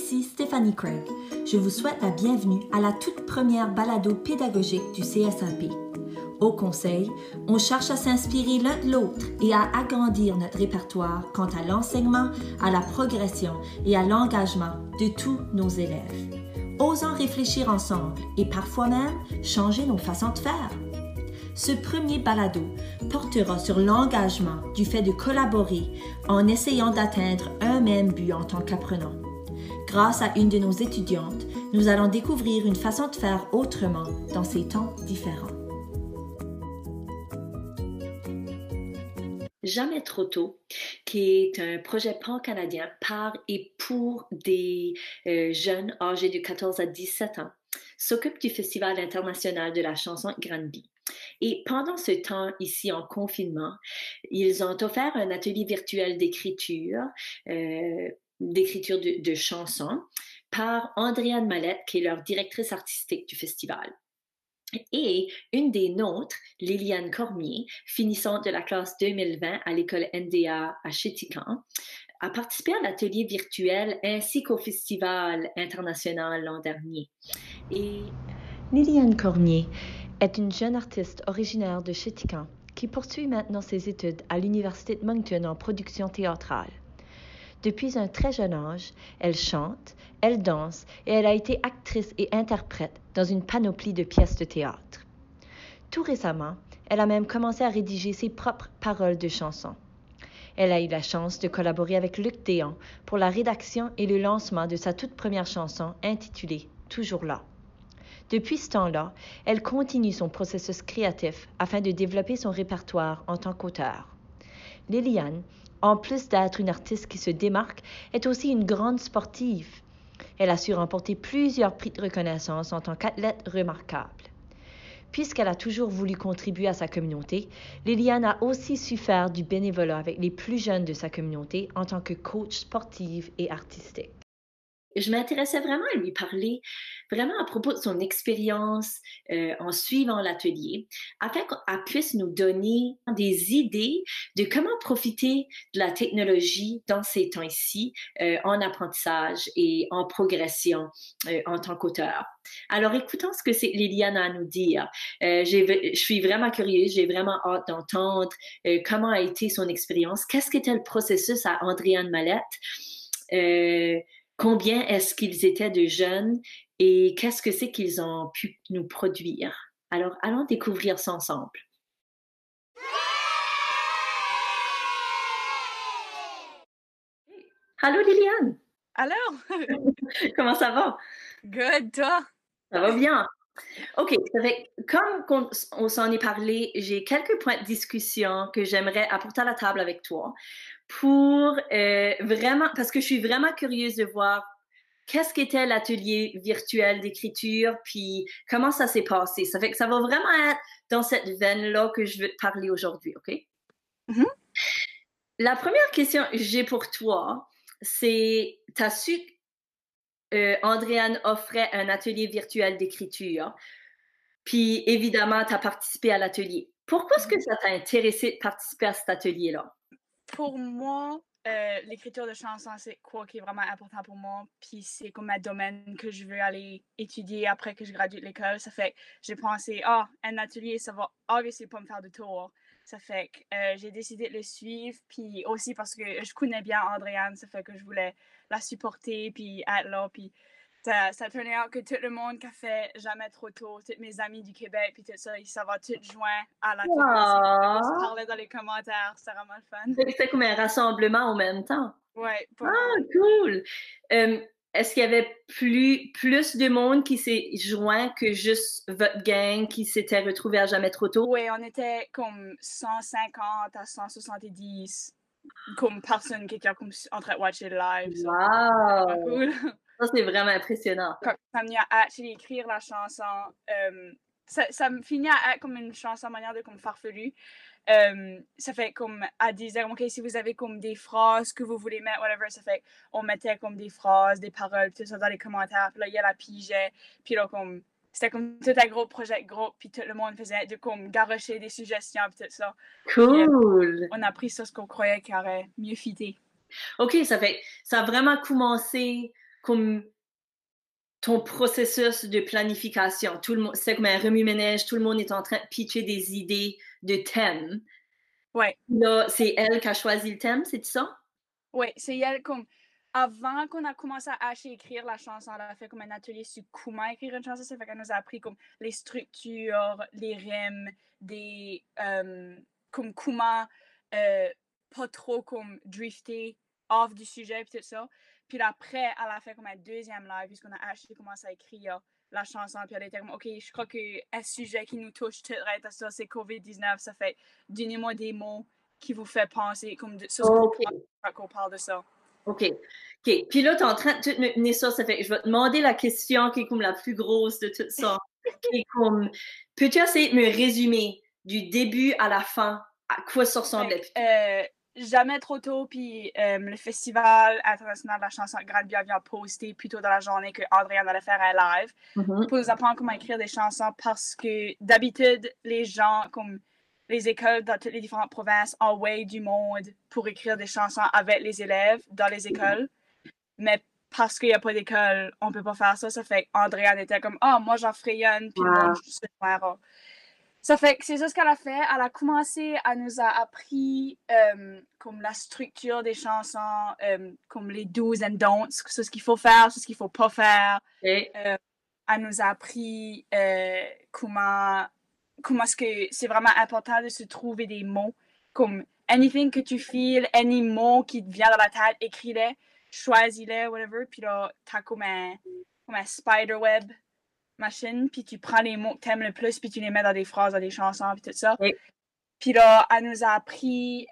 Ici Stéphanie Craig. Je vous souhaite la bienvenue à la toute première balado pédagogique du CSAP. Au Conseil, on cherche à s'inspirer l'un de l'autre et à agrandir notre répertoire quant à l'enseignement, à la progression et à l'engagement de tous nos élèves. Osons réfléchir ensemble et parfois même changer nos façons de faire. Ce premier balado portera sur l'engagement du fait de collaborer en essayant d'atteindre un même but en tant qu'apprenant. Grâce à une de nos étudiantes, nous allons découvrir une façon de faire autrement dans ces temps différents. Jamais trop tôt, qui est un projet pan-canadien par et pour des jeunes âgés de 14 à 17 ans, s'occupe du Festival international de la chanson Granby. Et pendant ce temps ici en confinement, ils ont offert un atelier virtuel d'écriture de chansons par Andréane Mallette, qui est leur directrice artistique du festival. Et une des nôtres, Liliane Cormier, finissante de la classe 2020 à l'école NDA à Chéticamp, a participé à l'atelier virtuel ainsi qu'au festival international l'an dernier. Et Liliane Cormier est une jeune artiste originaire de Chéticamp qui poursuit maintenant ses études à l'Université de Moncton en production théâtrale. Depuis un très jeune âge, elle chante, elle danse et elle a été actrice et interprète dans une panoplie de pièces de théâtre. Tout récemment, elle a même commencé à rédiger ses propres paroles de chansons. Elle a eu la chance de collaborer avec Luc Déant pour la rédaction et le lancement de sa toute première chanson intitulée « Toujours là ». Depuis ce temps-là, elle continue son processus créatif afin de développer son répertoire en tant qu'auteure. Liliane, en plus d'être une artiste qui se démarque, est aussi une grande sportive. Elle a su remporter plusieurs prix de reconnaissance en tant qu'athlète remarquable. Puisqu'elle a toujours voulu contribuer à sa communauté, Liliane a aussi su faire du bénévolat avec les plus jeunes de sa communauté en tant que coach sportive et artistique. Je m'intéressais vraiment à lui parler vraiment à propos de son expérience en suivant l'atelier, afin qu'elle puisse nous donner des idées de comment profiter de la technologie dans ces temps-ci en apprentissage et en progression en tant qu'auteur. Alors, écoutons ce que Liliane a à nous dire. Je suis vraiment curieuse, j'ai vraiment hâte d'entendre comment a été son expérience, qu'est-ce qu'était le processus à Andréane Mallette, combien est-ce qu'ils étaient de jeunes et qu'est-ce que c'est qu'ils ont pu nous produire. Alors, allons découvrir ça ensemble. Allô Liliane! Alors? Comment ça va? Good, toi? Ça va bien. OK, comme on s'en est parlé, j'ai quelques points de discussion que j'aimerais apporter à la table avec toi pour vraiment, parce que je suis vraiment curieuse de voir qu'est-ce qu'était l'atelier virtuel d'écriture, puis comment ça s'est passé. Ça fait que ça va vraiment être dans cette veine-là que je veux te parler aujourd'hui, OK? Mm-hmm. La première question que j'ai pour toi, c'est, t'as su Andréane offrait un atelier virtuel d'écriture, puis évidemment, tu as participé à l'atelier. Pourquoi est-ce que ça t'a intéressé de participer à cet atelier-là? Pour moi, l'écriture de chansons, c'est quoi qui est vraiment important pour moi. Puis c'est comme un domaine que je veux aller étudier après que je gradue de l'école. Ça fait que j'ai pensé, un atelier, ça va obviously pas me faire de tour. Ça fait que j'ai décidé de le suivre. Puis aussi parce que je connais bien Andréane, ça fait que je voulais la supporter, puis être là. Puis ça tournait out que tout le monde qui a fait Jamais trop tôt, tous mes amis du Québec, puis tout ça, ça va tout joindre à la Ah! on se parlait dans les commentaires, c'était vraiment le fun. C'était comme un rassemblement en même temps. Ouais, pas Ah, cool! Est-ce qu'il y avait plus de monde qui s'est joint que juste votre gang qui s'était retrouvé à Jamais trop tôt? Oui, on était comme 150 à 170 comme personnes qui étaient comme en train de watcher le live. Wow! Cool. Ça, c'est vraiment impressionnant. Quand ça me vient à écrire la chanson, ça me finit à être comme une chanson manière de comme farfelu. Ça fait comme à dire, OK, si vous avez comme des phrases que vous voulez mettre, whatever, ça fait on mettait comme des phrases, des paroles, tout ça dans les commentaires. Puis là, il y a la pigeait. Puis là, comme c'était comme tout un gros projet groupe, puis tout le monde faisait de comme garocher des suggestions, puis tout ça. Cool! Puis, on a pris ça ce qu'on croyait qu'il aurait mieux fité. OK, ça a vraiment commencé comme ton processus de planification. Tout le monde, c'est comme un remue-ménage, tout le monde est en train de pitcher des idées de thèmes. Ouais. Là, c'est elle qui a choisi le thème, c'est ça? Ouais, c'est elle comme avant qu'on a commencé à écrire la chanson, elle a fait comme un atelier sur comment écrire une chanson. Ça fait qu'elle nous a appris comme les structures, les rimes, des comme comment pas trop comme drifter off du sujet puis tout ça. Puis après, elle a fait comme un deuxième live puisqu'on a commencé à écrire la chanson puis elle était comme ok, je crois qu'un sujet qui nous touche tout à ça, c'est COVID-19. Ça fait donnez-moi des mots qui vous fait penser comme sur ce OK. qu'on parle de ça. OK. OK. Puis là, tu es en train de tout me tenir ça. Ça fait, je vais te demander la question qui est comme la plus grosse de tout ça. Qui est comme, peux-tu essayer de me résumer du début à la fin à quoi ça ressemblait? Jamais trop tôt, puis le Festival international de la chanson Grande-Bière vient poster plus tôt dans la journée que Andréane allait faire un live pour nous apprendre comment écrire des chansons parce que d'habitude, les gens, comme les écoles dans toutes les différentes provinces, envoient du monde pour écrire des chansons avec les élèves dans les écoles. Mais parce qu'il n'y a pas d'école, on peut pas faire ça. Ça fait qu'Andréane était comme, ah, moi j'en ferai une, puis le monde, je suis ça fait que c'est ça ce qu'elle a fait. Elle a commencé, elle nous a appris comme la structure des chansons, comme les do's and don'ts, ce qu'il faut faire, ce qu'il faut pas faire. Okay. Elle nous a appris comment est-ce que c'est vraiment important de se trouver des mots. Comme anything que tu files, any mot qui te vient dans la tête, écris-les, choisis-les, whatever. Puis là, t'as comme un spider web machine, puis tu prends les mots que t'aimes le plus, puis tu les mets dans des phrases, dans des chansons, puis tout ça. Okay. Puis là, elle nous a appris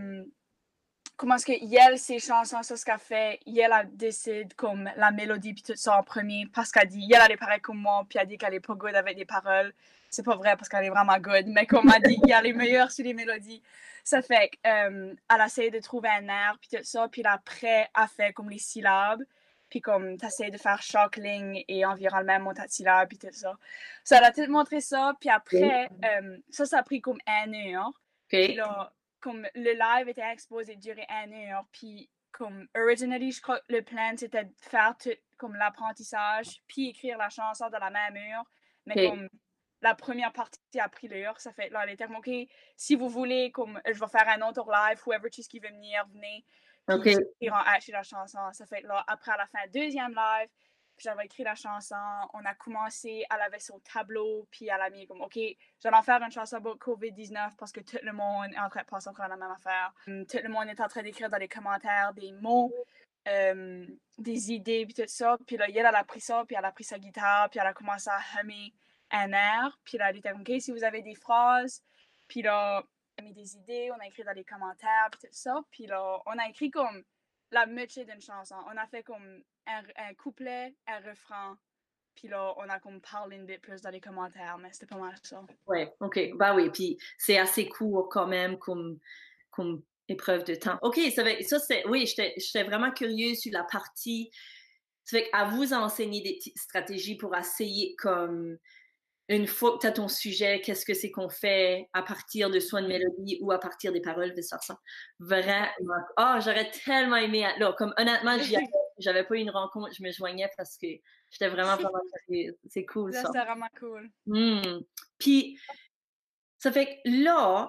comment est-ce que Yel, ses chansons, ça, ce qu'elle fait, Yel, elle décide comme la mélodie, puis tout ça en premier, parce qu'elle dit, Yel, elle est pareille comme moi, puis elle dit qu'elle est pas good avec des paroles. C'est pas vrai, parce qu'elle est vraiment good, mais comme elle dit, Yel est meilleure sur les mélodies. Ça fait qu'elle essaie de trouver un air, puis tout ça, puis après, elle fait comme les syllabes, puis comme t'essayes de faire chaque ligne et environ le même montant de syllabes, puis tout ça. Ça, elle a tout montré ça, puis après, ça a pris comme 1 heure. Okay. Puis là, comme le live était exposé durer 1 heure, puis comme originally, je crois que le plan c'était de faire tout comme l'apprentissage, puis écrire la chanson dans la même heure, mais Okay. comme la première partie a pris l'heure, ça fait là, elle était comme ok, si vous voulez, comme je vais faire un autre live, whoever tu qui veut venir, venez, puis Okay. ils vont acheter la chanson. Ça fait là, après à la fin, deuxième live, puis j'avais écrit la chanson, on a commencé, elle avait son tableau, puis elle a mis comme, OK, j'allais en faire une chanson sur COVID-19 parce que tout le monde est en train de passer encore la même affaire. Tout le monde est en train d'écrire dans les commentaires des mots, des idées, puis tout ça. Puis là, elle a pris ça, puis elle a pris sa guitare, puis elle a commencé à hummer un air. Puis là, elle était comme, OK, si vous avez des phrases, puis là, on a mis des idées, on a écrit dans les commentaires, puis tout ça. Puis là, on a écrit comme la moitié d'une chanson. On a fait comme un couplet, un refrain, puis là, on a comme parlé un peu plus dans les commentaires, mais c'était pas mal ça. Ouais, OK. Bah oui, puis c'est assez court quand même comme épreuve de temps. OK, ça c'est, oui, j'étais vraiment curieuse sur la partie. Ça fait qu'à vous enseigner des petites stratégies pour essayer comme une fois que tu as ton sujet, qu'est-ce que c'est qu'on fait à partir de soit une mélodie ou à partir des paroles, vice versa. Vraiment. Ah, j'aurais tellement aimé être là. Comme honnêtement, j'avais pas eu une rencontre, je me joignais parce que j'étais vraiment, vraiment curieuse. C'est cool Ça, ça. c'était vraiment cool. Puis, ça fait que là,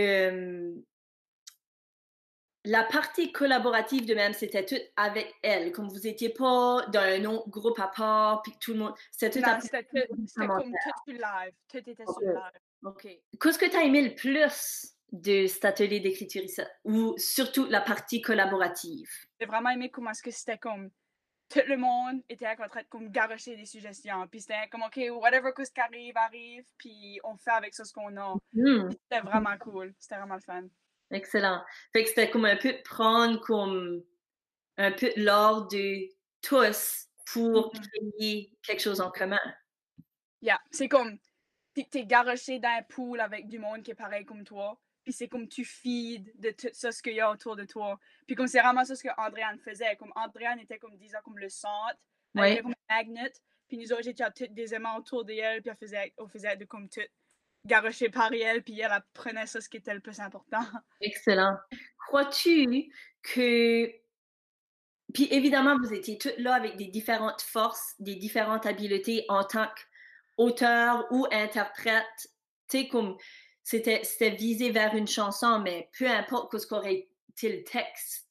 la partie collaborative de même, c'était tout avec elle. Comme vous étiez pas dans un autre groupe à part, puis tout le monde, c'était tout Non, après. c'était comme tout sur live. Tout était sur OK. live. OK. Qu'est-ce que tu as aimé le plus de cet atelier d'écriture ici? Ou surtout la partie collaborative? J'ai vraiment aimé comment est-ce que c'était comme tout le monde était en train de comme garocher des suggestions. Puis c'était comme, OK, whatever ce qui arrive, arrive, puis on fait avec ça ce qu'on a. C'était vraiment cool. C'était vraiment le fun. Excellent. Fait que c'était comme un peu de prendre comme un peu l'ordre de tous pour créer quelque chose en commun. Yeah, c'est comme, t'es garoché dans un pool avec du monde qui est pareil comme toi. Puis c'est comme tu feeds de tout ça ce qu'il y a autour de toi. Puis comme c'est vraiment ça ce que Andréane faisait. Comme Andréane était comme, disons, comme le centre. Elle était comme un magnet. Puis nous autres, j'étais tous des aimants autour d'elle. Puis on faisait de comme tout garoché par elle. Puis elle apprenait ça ce qui était le plus important. Excellent. Crois-tu que Puis évidemment, vous étiez toutes là avec des différentes forces, des différentes habiletés en tant qu'auteur ou interprète. Tu sais, comme c'était visé vers une chanson, mais peu importe ce qu'aurait été le texte,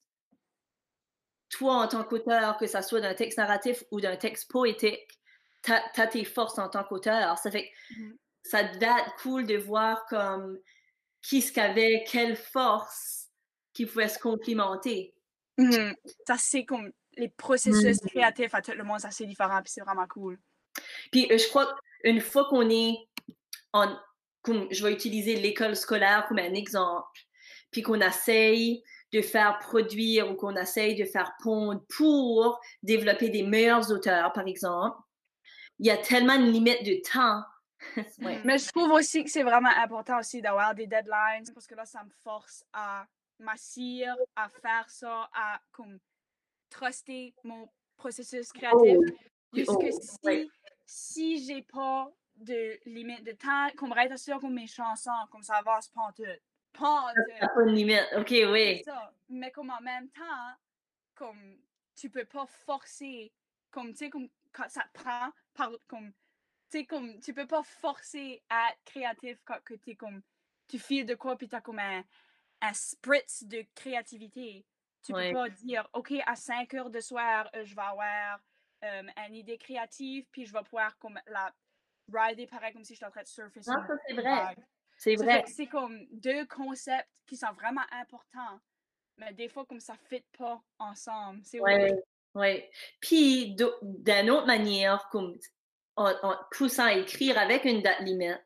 toi, en tant qu'auteur, que ça soit d'un texte narratif ou d'un texte poétique, t'as tes forces en tant qu'auteur. Ça fait que Mhm. ça devait être cool de voir comme qui ce qu'avait quelle force qui pouvait se complimenter. Mhm. Ça, c'est comme les processus Mm. créatifs à tout le monde, ça c'est différent, puis c'est vraiment cool. Puis je crois qu'une fois qu'on est en, comme je vais utiliser l'école scolaire comme un exemple, puis qu'on essaye de faire produire ou qu'on essaye de faire pondre pour développer des meilleurs auteurs, par exemple, il y a tellement de limites de temps. Ouais. Mais je trouve aussi que c'est vraiment important aussi d'avoir des deadlines parce que là, ça me force à m'assire, à faire ça, à comme truster mon processus créatif. Oh, Juste que oh, ouais. si j'ai pas de limite de temps, qu'on me reste sûr comme mes chansons, comme ça va se pantoute. T'as Pantoute. pas de limite. OK, C'est oui. ça. Mais comme en même temps, comme tu peux pas forcer, comme tu sais, comme quand ça te prend, comme tu sais, comme tu peux pas forcer à être créatif quand que t'es comme tu files de quoi puis t'as comme un spritz de créativité. Tu peux Ouais. pas dire OK à 5 heures de soir je vais avoir une idée créative puis je vais pouvoir comme la rider pareil comme si j'étais en train de surfer Non, sur une ça, c'est vrai. vague. C'est Ça fait vrai. que c'est comme deux concepts qui sont vraiment importants, mais des fois comme ça fit pas ensemble. C'est Ouais, weird. ouais. Puis, d'une autre manière, comme en poussant à écrire avec une date limite,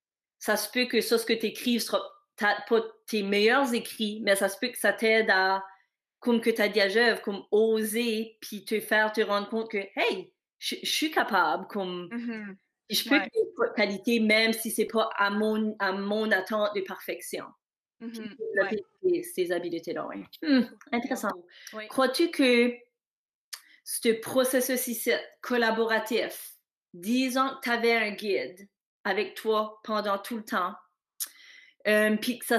ça se peut que ça, ce que tu écrives sera pas tes meilleurs écrits, mais ça se peut que ça t'aide à, comme que tu as dit à Jeuve, comme oser, puis te faire te rendre compte que, hey, je suis capable, comme, Mhm. je peux Ouais. créer de qualité, même si c'est pas à mon attente de perfection. Puis Mhm. Ouais. développer ces habiletés-là, oui. Yeah. Intéressant. Oui. Crois-tu que ce processus ici collaboratif, disons que tu avais un guide avec toi pendant tout le temps, puis que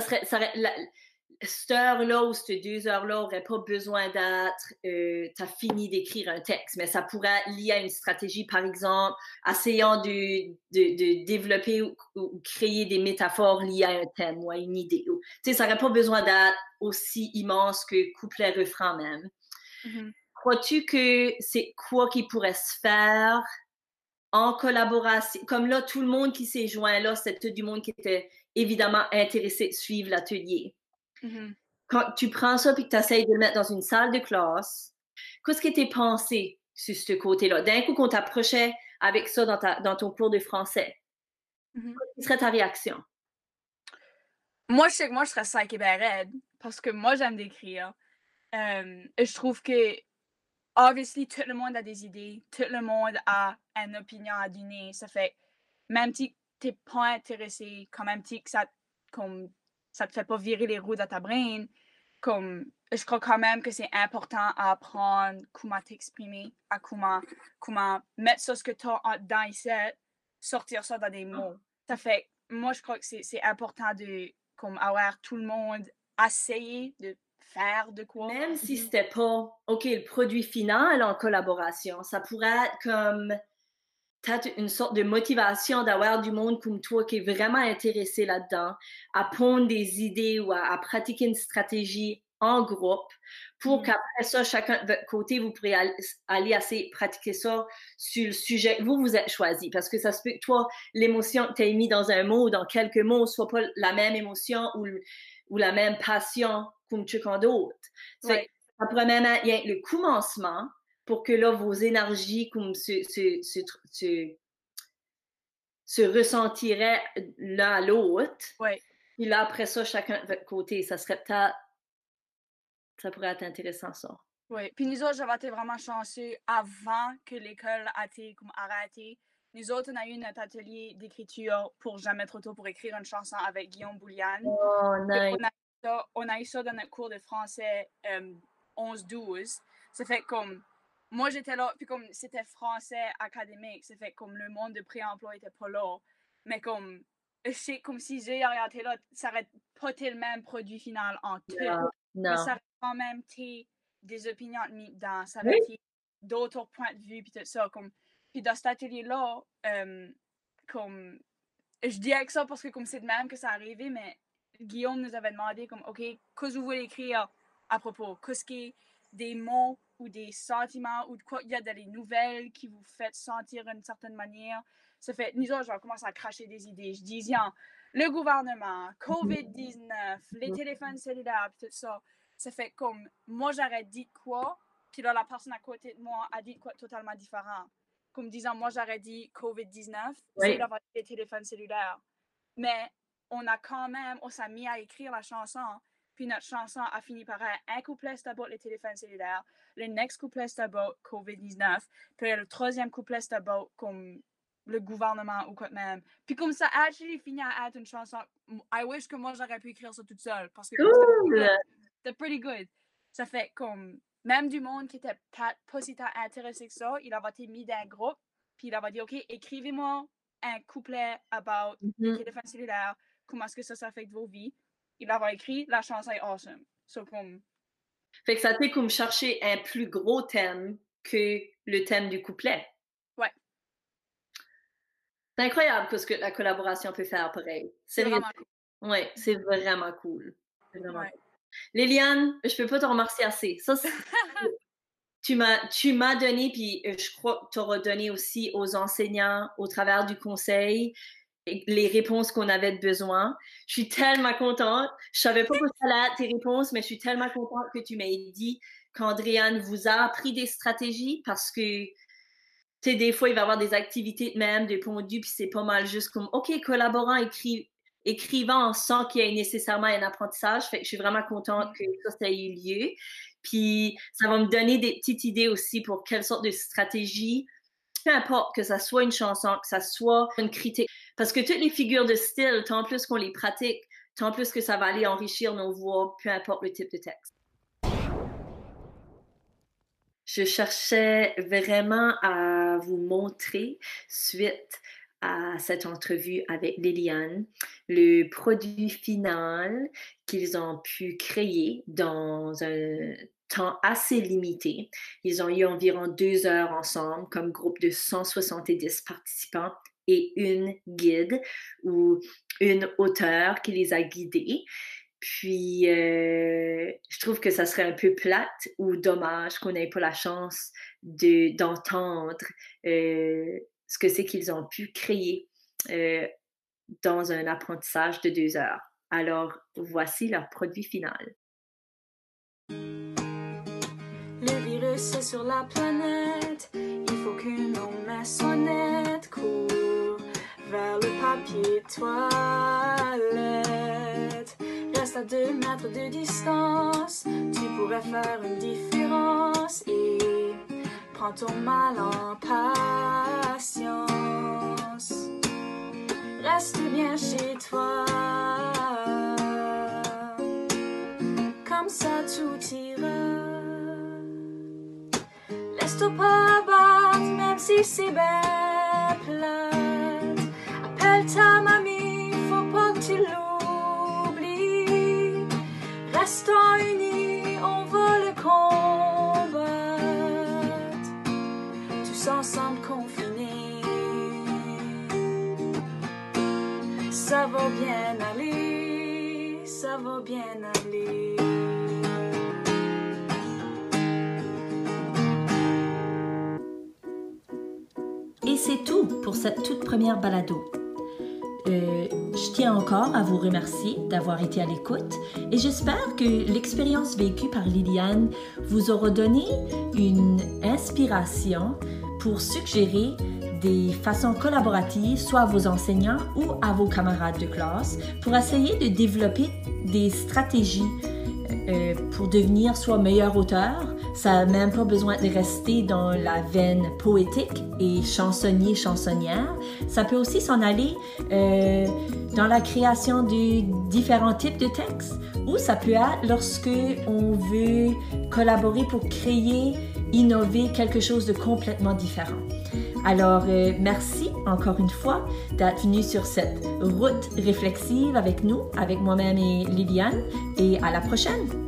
cette heure-là ou ces 2 heures-là n'aurait pas besoin d'être, tu as fini d'écrire un texte, mais ça pourrait être lié à une stratégie, par exemple, essayant de développer ou créer des métaphores liées à un thème ou à une idée. Tu sais, ça n'aurait pas besoin d'être aussi immense que couplet-refrain même. Mhm. Crois-tu que c'est quoi qui pourrait se faire en collaboration? Comme là, tout le monde qui s'est joint là, c'était tout du monde qui était évidemment intéressé de suivre l'atelier. Mhm. Quand tu prends ça et que tu essayes de le mettre dans une salle de classe, qu'est-ce que tu pensé sur ce côté-là? D'un coup, qu'on t'approchait avec ça dans ton cours de français, Mhm. quelle serait ta réaction? Moi, je sais que moi, je serais psyché ben raide parce que moi, j'aime d'écrire. Et je trouve que, obviously, tout le monde a des idées, tout le monde a une opinion à donner. Ça fait, même si t'es pas intéressé, quand même si que comme, ça te fait pas virer les roues dans ta brain, comme, je crois quand même que c'est important à apprendre comment t'exprimer, à comment mettre ça, ce que t'as dans ici, sortir ça dans des mots. Ça fait, moi, je crois que c'est important de, comme, avoir tout le monde essayer de faire de quoi. Même si c'était pas, OK, le produit final en collaboration, ça pourrait être comme peut-être une sorte de motivation d'avoir du monde comme toi qui est vraiment intéressé là-dedans, à pondre des idées ou à pratiquer une stratégie en groupe pour Mhm. qu'après ça, chacun de votre côté, vous pourrez aller assez pratiquer ça sur le sujet que vous êtes choisi. Parce que ça se peut que toi, l'émotion que tu as mis dans un mot ou dans quelques mots soit pas la même émotion ou la même passion comme quelqu'un d'autre. Ouais. Ça pourrait même être le commencement pour que là, vos énergies comme se ressentiraient l'un à l'autre. Ouais. Puis là, après ça, chacun de votre côté. Ça serait peut-être, ça pourrait être intéressant, ça. Oui, puis nous autres, j'avais été vraiment chanceux avant que l'école a été comme arrêtée. Nous autres, on a eu notre atelier d'écriture pour Jamais trop tôt pour écrire une chanson avec Guillaume Bouliane. Oh, Et nice. on a eu ça dans notre cours de français 11-12. Ça fait comme, moi j'étais là, puis comme c'était français académique, ça fait comme le monde de pré-emploi était pas là. Mais comme, c'est comme si j'ai orienté là, ça aurait pas été le même produit final en tout. Non, Mais non. ça aurait quand même été des opinions mis dedans, ça va Oui. être d'autres points de vue, puis tout ça. Puis dans cet atelier-là, comme, je dis avec ça parce que comme c'est de même que ça arrivé, mais Guillaume nous avait demandé comme, OK, qu'est-ce que vous voulez écrire à propos? Qu'est-ce qui est des mots ou des sentiments ou de quoi il y a dans les nouvelles qui vous fait sentir d'une certaine manière? Ça fait, nous autres, genre, commence à cracher des idées. Je dis, le gouvernement, COVID-19, les téléphones cellulaires, puis tout ça. Ça fait comme, moi, j'aurais dit quoi, puis là, la personne à côté de moi a dit quoi totalement différent. Comme disant, moi, j'aurais dit COVID-19, c'est d'avoir des téléphones cellulaires. Mais on s'est mis à écrire la chanson, puis notre chanson a fini par être un couplet c'est about les téléphones cellulaires, le next couplet c'est about COVID-19, puis le troisième couplet c'est about comme le gouvernement ou quoi même. Puis comme ça a actually fini à être une chanson. I wish que moi j'aurais pu écrire ça toute seule parce que c'était pretty good. Ça fait comme même du monde qui était pas si intéressé que ça, il avait été mis dans un groupe, puis il avait dit OK, écrivez-moi un couplet about les téléphones cellulaires, comment est-ce que ça affecte vos vies. Il avait écrit, la chanson est awesome. So, comme... Fait que ça t'est comme chercher un plus gros thème que le thème du couplet. Ouais. C'est incroyable ce que la collaboration peut faire pareil. C'est vraiment cool. Oui, c'est vraiment cool. Cool. Liliane, je peux pas te remercier assez. Ça, tu m'as donné, puis je crois que tu auras donné aussi aux enseignants au travers du conseil les réponses qu'on avait besoin. Je suis tellement contente. Je savais pas que ça allait être tes réponses, mais je suis tellement contente que tu m'aies dit qu'Andréane vous a appris des stratégies parce que, tu sais, des fois, il va y avoir des activités même de pondu, puis c'est pas mal juste comme, OK, collaborant, écrivant sans qu'il y ait nécessairement un apprentissage. Fait que je suis vraiment contente que ça ait eu lieu. Puis, ça va me donner des petites idées aussi pour quelle sorte de stratégie, peu importe que ça soit une chanson, que ça soit une critique. Parce que toutes les figures de style, tant plus qu'on les pratique, tant plus que ça va aller enrichir nos voix, peu importe le type de texte. Je cherchais vraiment à vous montrer, suite à cette entrevue avec Liliane, le produit final qu'ils ont pu créer dans un temps assez limité. Ils ont eu environ 2 heures ensemble comme groupe de 170 participants et une guide ou une auteure qui les a guidés. Puis, je trouve que ça serait un peu plate ou dommage qu'on n'ait pas la chance d'entendre ce que c'est qu'ils ont pu créer dans un apprentissage de 2 heures. Alors, voici leur produit final. Le virus est sur la planète, il faut qu'une main sonnette court vers le papier toilette. Reste à 2 mètres de distance, tu pourrais faire une différence et prends ton mal en patience. Reste bien chez toi, comme ça tout ira. Laisse-toi pas abattre, même si c'est bien plate. Appelle ta mamie, faut pas que tu l'oublies. Restons unis, on va le combattre. Tous ensemble confinés. Ça va bien aller, ça va bien aller. Et c'est tout pour cette toute première balado. Je tiens encore à vous remercier d'avoir été à l'écoute et j'espère que l'expérience vécue par Liliane vous aura donné une inspiration pour suggérer des façons collaboratives, soit à vos enseignants ou à vos camarades de classe, pour essayer de développer des stratégies pour devenir soit meilleur auteur. Ça n'a même pas besoin de rester dans la veine poétique et chansonnier-chansonnière. Ça peut aussi s'en aller dans la création de différents types de textes, ou ça peut être lorsque on veut collaborer pour créer, innover quelque chose de complètement différent. Alors, merci encore une fois d'être venu sur cette route réflexive avec nous, avec moi-même et Liliane, et à la prochaine!